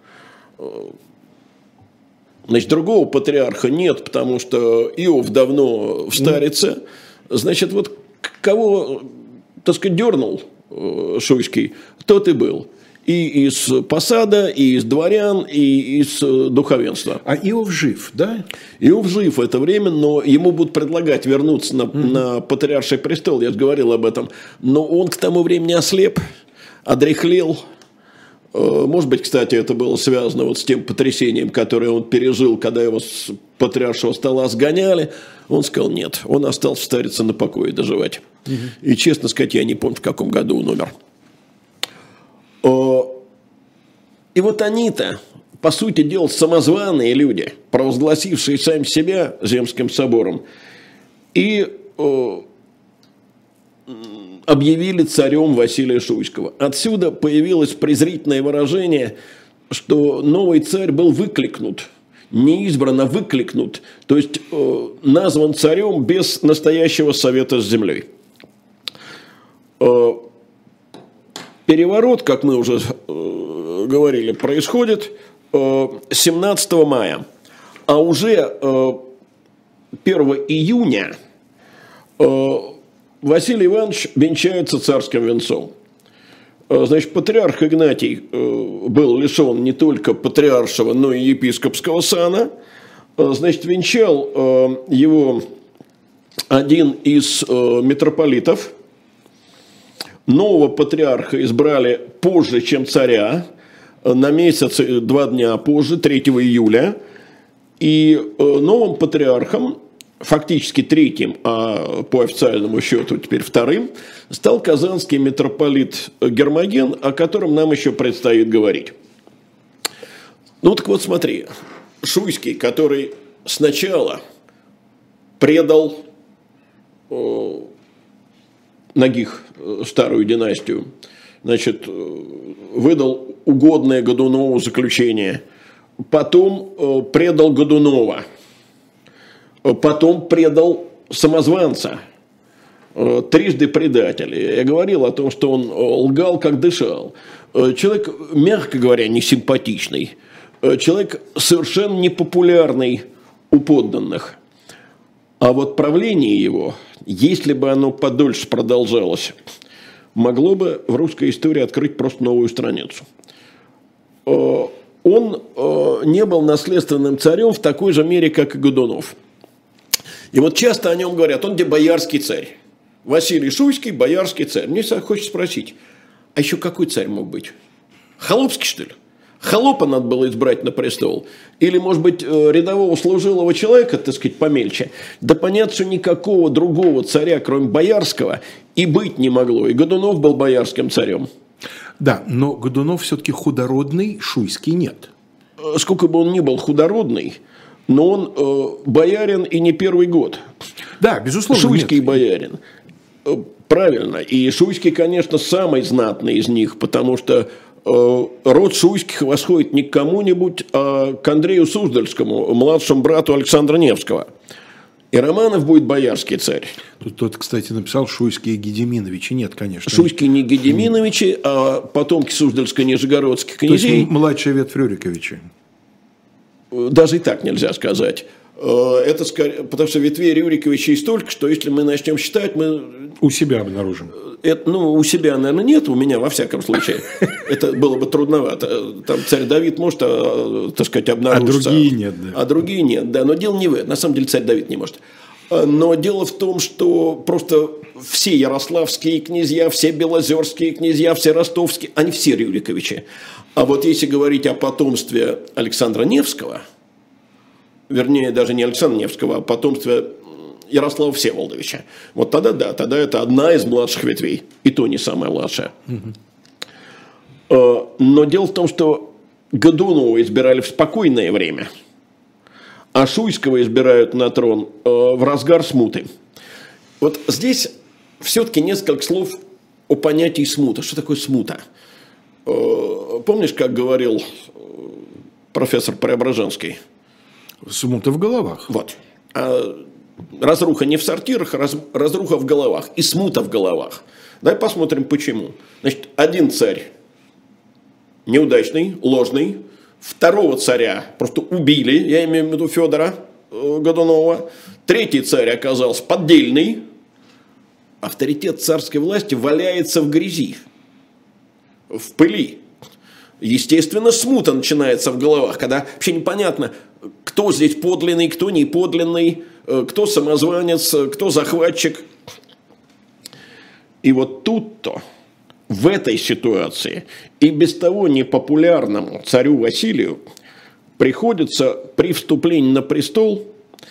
S2: Значит, другого патриарха нет, потому что Иов давно в старице. Значит, вот кого, так сказать, дернул Шуйский, тот и был. И из посада, и из дворян, и из духовенства.
S1: А Иов жив, да?
S2: Иов жив в это время, но ему будут предлагать вернуться на патриарший престол, я же говорил об этом. Но он к тому времени ослеп, одряхлел. Может быть, кстати, это было связано вот с тем потрясением, которое он пережил, когда его с патриаршего стола сгоняли. Он сказал, нет, он остался стариться на покое доживать. И, честно сказать, я не помню, в каком году он умер. И вот они-то, по сути дела, самозваные люди, провозгласившие сами себя Земским собором, и объявили царем Василия Шуйского. Отсюда появилось презрительное выражение, что новый царь был выкликнут, не избран, а выкликнут, то есть назван царем без настоящего совета с землей. Переворот, как мы уже говорили, происходит 17 мая, а уже 1 июня Василий Иванович венчается царским венцом. Значит, патриарх Игнатий был лишен не только патриаршего, но и епископского сана. Значит, венчал его один из митрополитов. Нового патриарха избрали позже, чем царя, на месяц, 2 дня позже, 3 июля. И новым патриархом, фактически третьим, а по официальному счету теперь вторым, стал казанский митрополит Гермоген, о котором нам еще предстоит говорить. Ну так вот смотри, Шуйский, который сначала предал Нагих, старую династию, значит, выдал угодное Годунову заключение, потом предал Годунова, потом предал самозванца, трижды предатель. Я говорил о том, что он лгал, как дышал. Человек, мягко говоря, несимпатичный, человек совершенно непопулярный у подданных. А вот правление его, если бы оно подольше продолжалось, могло бы в русской истории открыть просто новую страницу. Он не был наследственным царем в такой же мере, как и Годунов. И вот часто о нем говорят, он где боярский царь. Василий Шуйский, боярский царь. Мне хочется спросить, а еще какой царь мог быть? Холопский, что ли? Холопа надо было избрать на престол? Или, может быть, рядового служилого человека, так сказать, помельче? Да понятно, что никакого другого царя, кроме боярского, и быть не могло. И Годунов был боярским царем.
S1: Да, но Годунов все-таки худородный, Шуйский нет.
S2: Сколько бы он ни был худородный, но он боярин и не первый год.
S1: Да, безусловно.
S2: Шуйский
S1: нет.
S2: боярин. Правильно. И Шуйский, конечно, самый знатный из них, потому что род Шуйских восходит не к кому-нибудь, а к Андрею Суздальскому, младшему брату Александра Невского. И Романов будет боярский царь.
S1: Тут тот, кстати, написал Шуйские Гедеминовичи. Нет, конечно.
S2: Шуйские не Гедеминовичи, а потомки Суздальско-Нижегородских князей.
S1: То есть младшая ветвь Рюриковичей.
S2: Даже и так нельзя сказать. Это потому что ветвей Рюриковичей столько, что если мы начнем считать, мы...
S1: У себя обнаружим.
S2: У себя, наверное, нет, у меня, во всяком случае. Это было бы трудновато. Там царь Давид может, так сказать, обнаружиться.
S1: А другие нет, да.
S2: А другие нет, да. Но дело не в этом. На самом деле царь Давид не может. Но дело в том, что просто все ярославские князья, все белозерские князья, все ростовские, они все Рюриковичи. А вот если говорить о потомстве Александра Невского, вернее, даже не Александра Невского, а потомстве Ярослава Всеволодовича. Вот тогда да, тогда это одна из младших ветвей. И то не самая младшая. Но дело в том, что Годунова избирали в спокойное время, а Шуйского избирают на трон в разгар смуты. Вот здесь все-таки несколько слов о понятии смута. Что такое смута? Помнишь, как говорил профессор Преображенский?
S1: Смута в головах.
S2: Вот. Разруха не в сортирах, разруха в головах. И смута в головах. Давай посмотрим, почему. Значит, один царь неудачный, ложный. Второго царя просто убили, я имею в виду Федора Годунова. Третий царь оказался поддельный. Авторитет царской власти валяется в грязи, в пыли. Естественно, смута начинается в головах, когда вообще непонятно, кто здесь подлинный, кто не подлинный, кто самозванец, кто захватчик. И вот тут-то, в этой ситуации, и без того непопулярному царю Василию приходится при вступлении на престол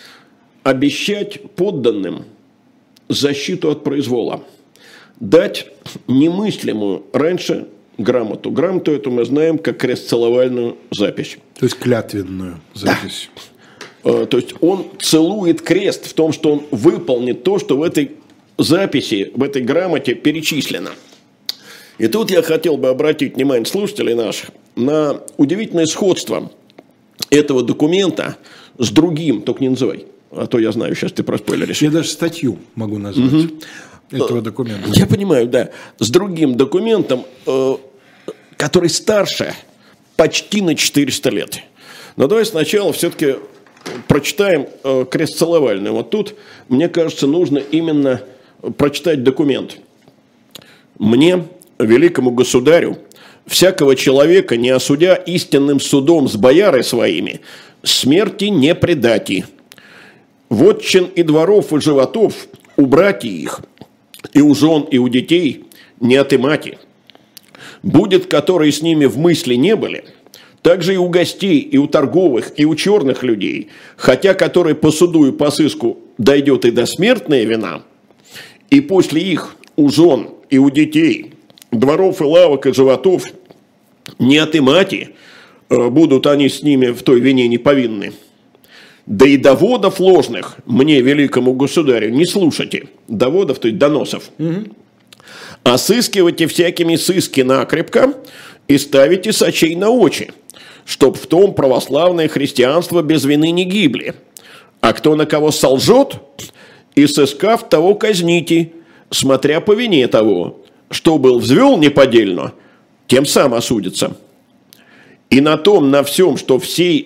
S2: обещать подданным защиту от произвола, дать немыслимую раньше грамоту. Грамоту эту мы знаем как крестцеловальную запись.
S1: То есть клятвенную запись.
S2: Да. То есть он целует крест в том, что он выполнит то, что в этой записи, в этой грамоте перечислено. И тут я хотел бы обратить внимание слушателей наших на удивительное сходство этого документа с другим, только не называй, а то я знаю, сейчас ты проспойлеришь.
S1: Я даже статью могу назвать этого документа.
S2: Я понимаю, да. С другим документом, который старше почти на 400 лет. Но давай сначала все-таки прочитаем крестцеловальную. Вот тут, мне кажется, нужно именно прочитать документ. «Мне, великому государю, всякого человека, не осудя истинным судом с бояры своими, смерти не предати. Вотчин и дворов и животов убрати их, и у жен, и у детей не отымати. Будет, которые с ними в мысли не были, также и у гостей, и у торговых, и у черных людей, хотя которые по суду и по сыску дойдет и до смертная вина, и после их у жен и у детей, дворов и лавок и животов не отымати, будут они с ними в той вине не повинны. Да и доводов ложных мне, великому государю, не слушайте». Доводов, то есть доносов. «А сыскивайте всякими сыски накрепко и ставите сочей на очи, чтоб в том православное христианство без вины не гибли. А кто на кого солжет, и сыскав того казните, смотря по вине того, что был взвел неподельно, тем сам осудится. И на том, на всем, что всей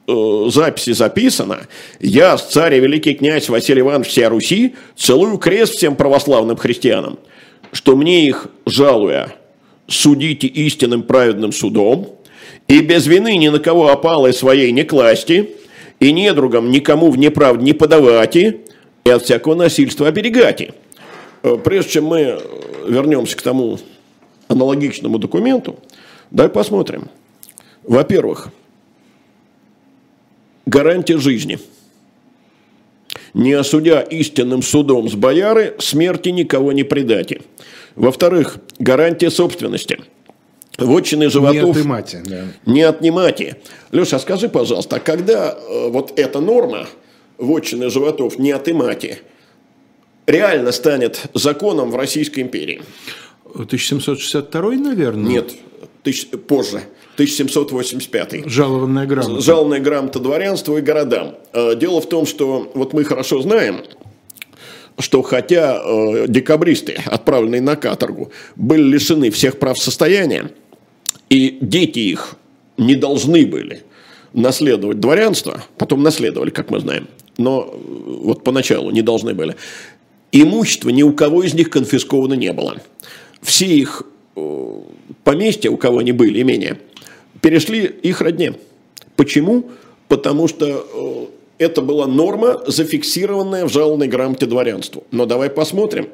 S2: записи записано: «Я, царь и великий князь Василий Иванович всей Руси, целую крест всем православным христианам, что мне их, жалуя, судите истинным праведным судом, и без вины ни на кого опалой своей не класти, и недругам никому в неправду не подавати, и от всякого насильства оберегати». Прежде чем мы вернемся к тому аналогичному документу, давай посмотрим. Во-первых, гарантия жизни. Не осудя истинным судом с бояры, смерти никого не предати. Во-вторых, гарантия собственности. Вотчины животов
S1: не отнимати, да.
S2: Не отнимати. Леша, а скажи, пожалуйста, а когда вот эта норма вотчины животов не отнимати реально станет законом в Российской империи?
S1: 1762, наверное?
S2: Нет, позже. 1785.
S1: Жалованная грамота.
S2: Жалованная грамота дворянству и городам. Дело в том, что вот мы хорошо знаем, что хотя декабристы, отправленные на каторгу, были лишены всех прав состояния, и дети их не должны были наследовать дворянство, потом наследовали, как мы знаем, но вот поначалу не должны были, имущество ни у кого из них конфисковано не было. Все их поместья, у кого они были, имения, перешли их родне. Почему? Потому что это была норма, зафиксированная в жалованной грамоте дворянству. Но давай посмотрим.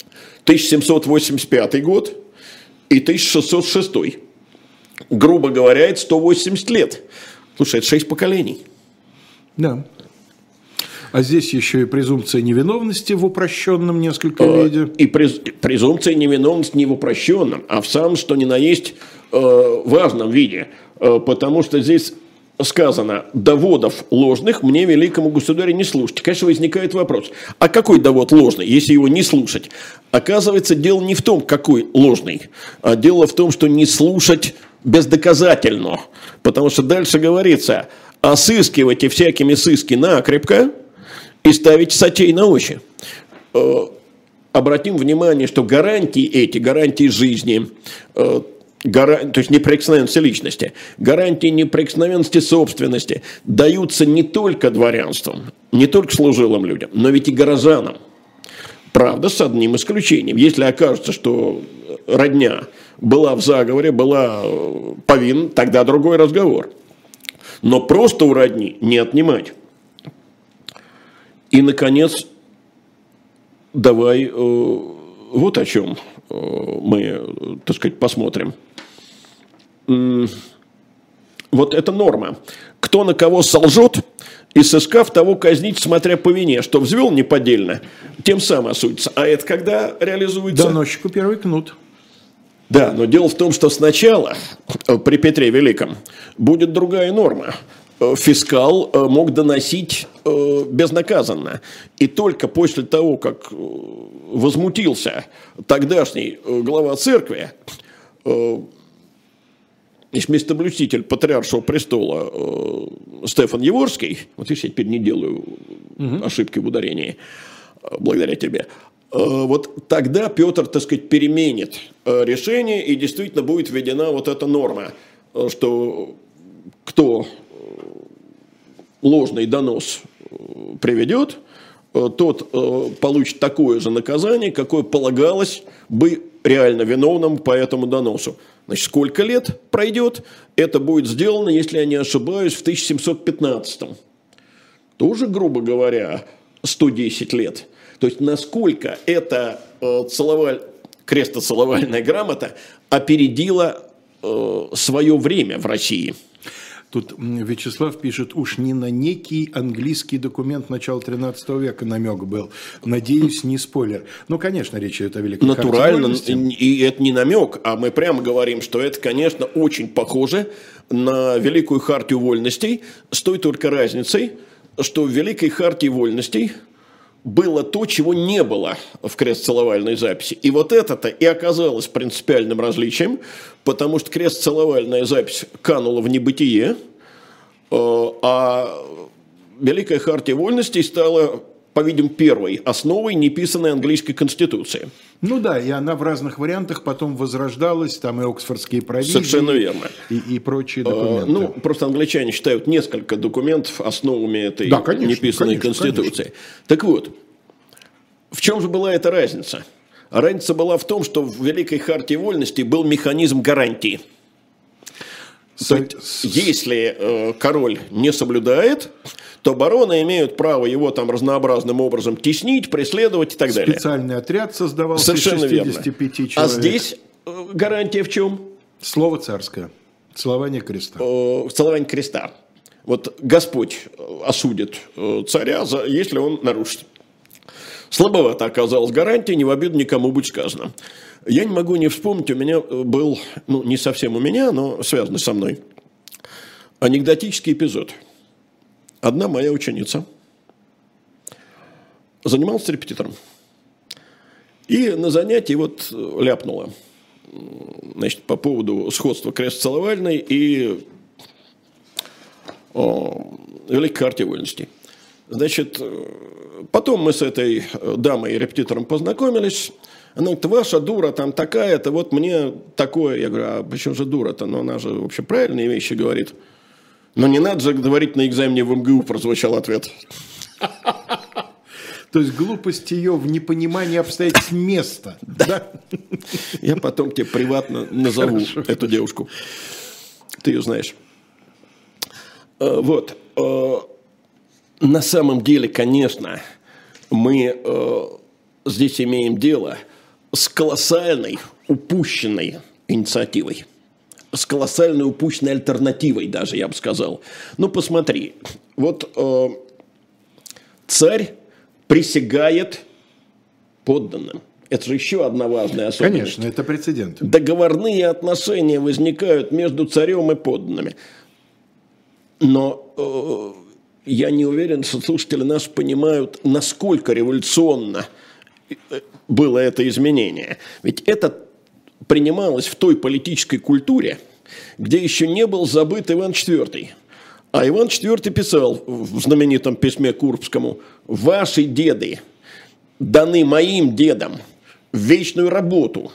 S2: 1785 год и 1606. Грубо говоря, это 180 лет. Слушай, это 6 поколений.
S1: Да. А здесь еще и презумпция невиновности в упрощенном несколько виде.
S2: И презумпция невиновности не в упрощенном, а в самом, что ни на есть, важном виде. Потому что здесь сказано: доводов ложных мне, великому государю, не слушать. Конечно, возникает вопрос: а какой довод ложный, если его не слушать? Оказывается, дело не в том, какой ложный, а дело в том, что не слушать бездоказательно. Потому что дальше говорится: осыскивайте всякими сыски накрепко и ставите сатей на очи. Обратим внимание, что гарантии эти, гарантии жизни, то есть неприкосновенности личности, гарантии неприкосновенности собственности даются не только дворянством, не только служилым людям, но ведь и горожанам. Правда, с одним исключением. Если окажется, что родня была в заговоре, была повинна, тогда другой разговор. Но просто у родни не отнимать. И, наконец, давай вот о чем мы, так сказать, посмотрим. Вот эта норма. Кто на кого солжет, и сыскав того казнить, смотря по вине, что взвел неподдельно, тем самым осудится. А это когда реализуется?
S1: Доносчику первый кнут.
S2: Да, но дело в том, что сначала при Петре Великом будет другая норма. Фискал мог доносить безнаказанно. И только после того, как возмутился тогдашний глава церкви, местоблюститель патриаршего престола Стефан Яворский, вот я теперь не делаю ошибки в ударении, благодаря тебе, вот тогда Петр, так сказать, переменит решение, и действительно будет введена вот эта норма, что кто ложный донос приведет, тот получит такое же наказание, какое полагалось бы реально виновному по этому доносу. Значит, сколько лет пройдет? Это будет сделано, если я не ошибаюсь, в 1715-м. Тоже, грубо говоря, 110 лет. То есть, насколько эта крестоцеловальная грамота опередила свое время в России.
S1: Тут Вячеслав пишет: уж не на некий английский документ начала 13 века намек был. Надеюсь, не спойлер. Ну, конечно, речь идет о великой
S2: натурально,
S1: вольности.
S2: И это не намек, а мы прямо говорим, что это, конечно, очень похоже на Великую Хартию Вольностей, с той только разницей, что в Великой Хартии Вольностей было то, чего не было в крестцеловальной записи. И вот это-то и оказалось принципиальным различием, потому что крестцеловальная запись канула в небытие, а Великая Хартия Вольностей стала по-видимому, первой основой неписанной английской конституции.
S1: Ну да, и она в разных вариантах потом возрождалась, там и оксфордские провизии.
S2: Совершенно верно.
S1: И прочие документы.
S2: Ну, просто англичане считают несколько документов основами этой неписанной конституции. Конечно. Так вот, в чем же была эта разница? Разница была в том, что в Великой Хартии Вольности был механизм гарантии. То есть, если король не соблюдает, то бароны имеют право его там разнообразным образом теснить, преследовать и так далее.
S1: Специальный отряд создавался
S2: Совершенно
S1: из 65
S2: верно.
S1: человек.
S2: А здесь гарантия в чем?
S1: Слово царское. Целование креста.
S2: Целование креста. Вот Господь осудит царя, если он нарушит. Слабовато оказалась гарантия, не в обиду никому будет сказано. Я не могу не вспомнить, у меня был, ну не совсем у меня, но связанный со мной, анекдотический эпизод. Одна моя ученица занималась репетитором. И на занятии вот ляпнула, значит, по поводу сходства крестцеловальной и Великой Хартии Вольности. Значит, потом мы с этой дамой-репетитором познакомились. Она говорит, ваша дура там такая-то, вот мне такое. Я говорю, а почему же дура-то? Но она же вообще правильные вещи говорит. Но не надо же говорить на экзамене в МГУ, прозвучал ответ.
S1: То есть глупость ее в непонимании обстоятельств места. Да?
S2: Я потом тебе приватно назову эту девушку. Ты ее знаешь. Вот. На самом деле, конечно, мы здесь имеем дело с колоссальной упущенной инициативой. С колоссальной упущенной альтернативой даже, я бы сказал. Ну, посмотри. Вот царь присягает подданным. Это же еще одна важная особенность.
S1: Конечно, это прецедент.
S2: Договорные отношения возникают между царем и подданными. Но я не уверен, что слушатели наши понимают, насколько революционно было это изменение. Ведь это принималось в той политической культуре, где еще не был забыт Иван IV. А Иван IV писал в знаменитом письме Курбскому: «Ваши деды даны моим дедам в вечную работу»,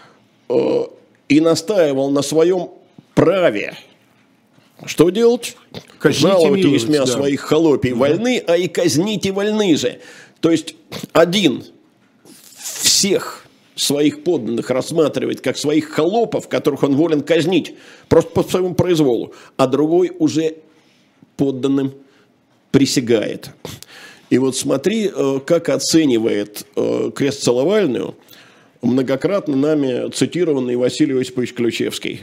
S2: и настаивал на своем праве. Что делать? Жаловать есмя своих холопий вольны, а и казните вольны же. То есть один всех своих подданных рассматривает как своих холопов, которых он волен казнить просто по своему произволу, а другой уже подданным присягает. И вот смотри, как оценивает крестцеловальную многократно нами цитированный Василий Осипович Ключевский.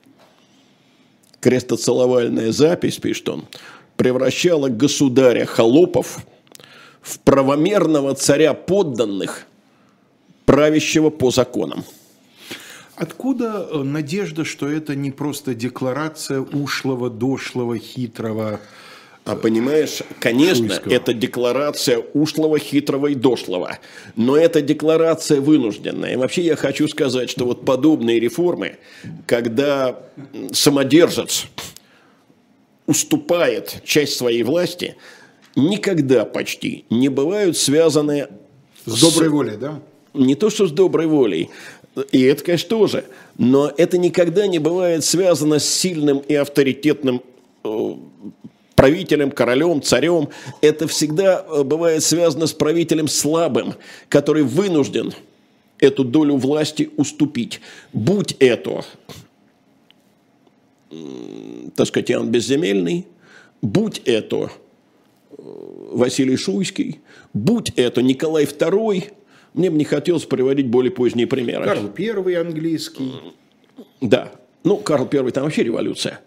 S2: Крестоцеловальная запись, пишет он, превращала государя холопов в правомерного царя подданных, правящего по законам.
S1: Откуда надежда, что это не просто декларация ушлого, дошлого, хитрого?
S2: А понимаешь, конечно,
S1: Шуйского.
S2: это декларация ушлого, хитрого и дошлого, но это декларация вынужденная. И вообще я хочу сказать, что вот подобные реформы, когда самодержец уступает часть своей власти, никогда почти не бывают связаны
S1: с доброй волей, да?
S2: Не то, что с доброй волей, и это, конечно, тоже, но это никогда не бывает связано с сильным и авторитетным правителем, королем, царем. Это всегда бывает связано с правителем слабым, который вынужден эту долю власти уступить. Будь это, так сказать, Иоанн Безземельный, будь это Василий Шуйский, будь это Николай II, мне бы не хотелось приводить более поздние примеры.
S1: Карл I английский.
S2: Да. Ну, Карл I там вообще революция.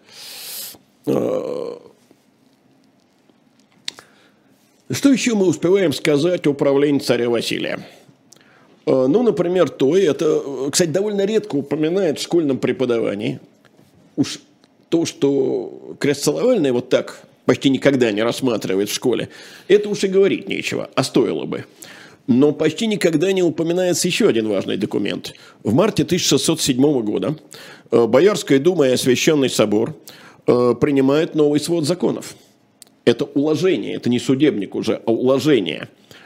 S2: Что еще мы успеваем сказать о правлении царя Василия? Ну, например, это, кстати, довольно редко упоминает в школьном преподавании. Уж то, что крестцеловальное вот так почти никогда не рассматривает в школе, это уж и говорить нечего, а стоило бы. Но почти никогда не упоминается еще один важный документ. В марте 1607 года Боярская дума и Освященный собор принимают новый свод законов. Это уложение, это не судебник уже, а уложение.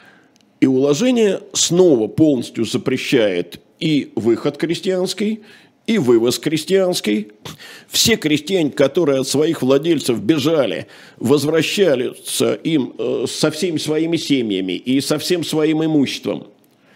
S2: И уложение снова полностью запрещает и выход крестьянский, и вывоз крестьянский. Все крестьяне, которые от своих владельцев бежали, возвращались им со всеми своими семьями и со всем своим имуществом.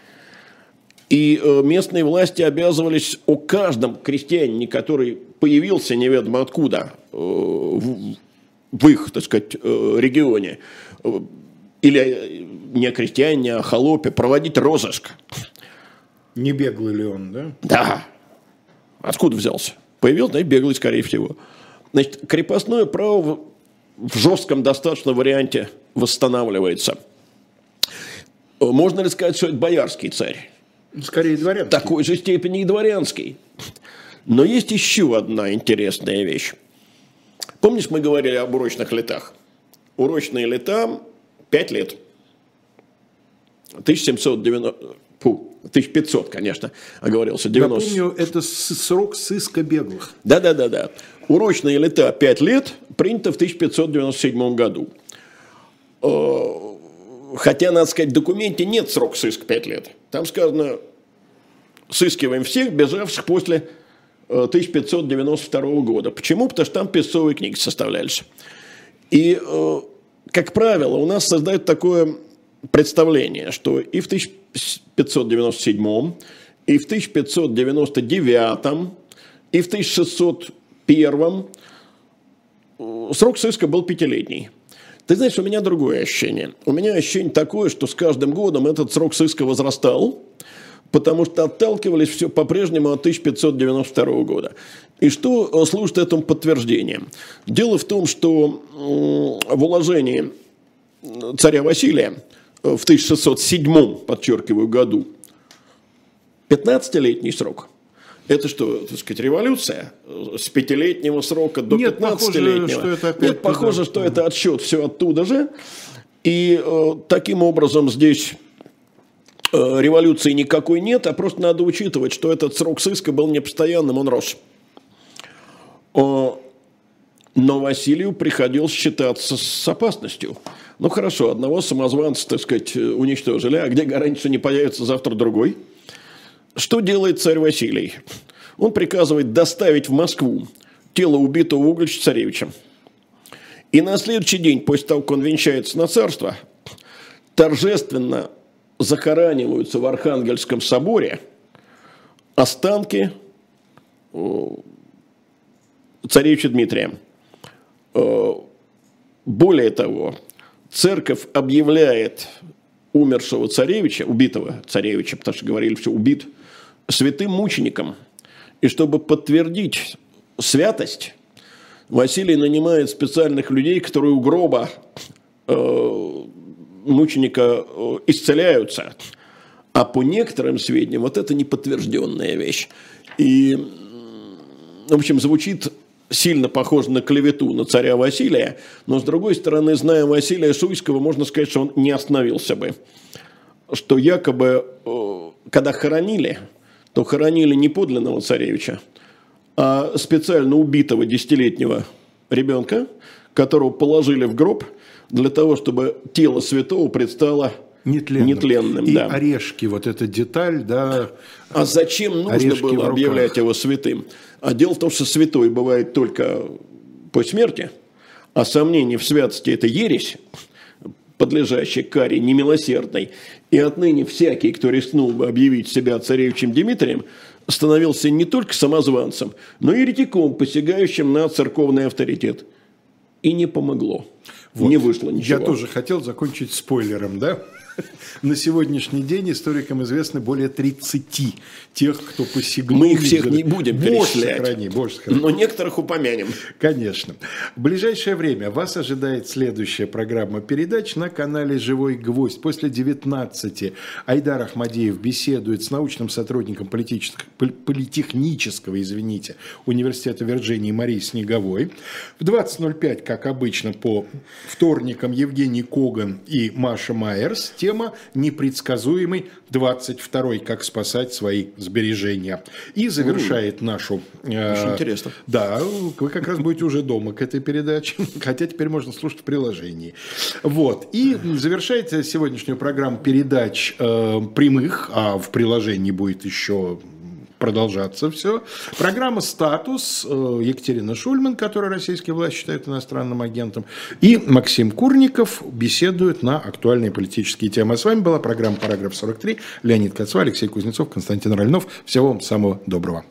S2: И местные власти обязывались о каждом крестьянине, который появился неведомо откуда в их, так сказать, регионе, или не о крестьянине, а о холопе, проводить розыск.
S1: Не беглый ли он, да?
S2: Да. Откуда взялся? Появился, да, беглый, скорее всего. Значит, крепостное право в жестком достаточно варианте восстанавливается. Можно ли сказать, что это боярский царь?
S1: Скорее дворянский.
S2: В такой же степени и дворянский. Но есть еще одна интересная вещь. Помнишь, мы говорили об урочных летах? Урочные лета 5 лет. 1500, конечно, оговорился. 90.
S1: Напомню, это срок сыска беглых.
S2: Да. Урочные лета 5 лет принято в 1597 году. Хотя, надо сказать, в документе нет срока сыска 5 лет. Там сказано, сыскиваем всех, бежавших после 1592 года. Почему? Потому что там песцовые книги составлялись. И, как правило, у нас создают такое представление, что и в 1597, и в 1599, и в 1601 срок сыска был 5-летний. Ты знаешь, у меня другое ощущение. У меня ощущение такое, что с каждым годом этот срок сыска возрастал, потому что отталкивались все по-прежнему от 1592 года. И что служит этому подтверждением? Дело в том, что в уложении царя Василия в 1607, подчеркиваю, году 15-летний срок. Это что, так сказать, революция? С 5-летнего срока до 15-летнего? Нет, похоже, что это отсчет все оттуда же. И таким образом здесь революции никакой нет, а просто надо учитывать, что этот срок сыска был непостоянным, он рос. Но Василию приходилось считаться с опасностью. Ну хорошо, одного самозванца, так сказать, уничтожили, а где гарантия, что не появится завтра другой? Что делает царь Василий? Он приказывает доставить в Москву тело убитого Углича царевича. И на следующий день, после того, как он венчается на царство, торжественно захораниваются в Архангельском соборе останки царевича Дмитрия. Более того, церковь объявляет умершего царевича, убитого царевича, потому что говорили, что убит, святым мучеником. И чтобы подтвердить святость, Василий нанимает специальных людей, которые у гроба мученика исцеляются. А по некоторым сведениям, вот это неподтвержденная вещь. И, в общем, звучит сильно похоже на клевету на царя Василия, но, с другой стороны, зная Василия Шуйского, можно сказать, что он не остановился бы. Что якобы, когда хоронили, то хоронили не подлинного царевича, а специально убитого 10-летнего ребенка, которого положили в гроб для того, чтобы тело святого предстало нетленным.
S1: И орешки, вот эта деталь, да.
S2: А зачем нужно было объявлять его святым? А дело в том, что святой бывает только по смерти, а сомнение в святости – это ересь, подлежащая каре немилосердной. И отныне всякий, кто рискнул бы объявить себя царевичем Дмитрием, становился не только самозванцем, но и еретиком, посягающим на церковный авторитет. И не помогло. Вот. Не вышло ничего.
S1: Я тоже хотел закончить спойлером, да? На сегодняшний день историкам известно более 30 тех, кто посягнул.
S2: Мы их всех не будем перечислять,
S1: Боже сохрани.
S2: Но некоторых упомянем.
S1: Конечно. В ближайшее время вас ожидает следующая программа передач на канале «Живой гвоздь». После 19 Айдар Ахмадеев беседует с научным сотрудником политехнического университета Вирджинии Марией Снеговой. В 20:05, как обычно, по Вторником Евгений Коган и Маша Майерс. Тема «Непредсказуемый 22-й. Как спасать свои сбережения». И завершает нашу...
S2: Очень интересно.
S1: Да, вы как раз будете уже дома к этой передаче, хотя теперь можно слушать в приложении. Вот. И завершает сегодняшнюю программу передач прямых, а в приложении будет еще... продолжаться все. Программа «Статус», Екатерина Шульман, которую российские власти считают иностранным агентом, и Максим Курников беседуют на актуальные политические темы. А с вами была программа «Параграф 43». Леонид Кацва, Алексей Кузнецов, Константин Рольнов. Всего вам самого доброго.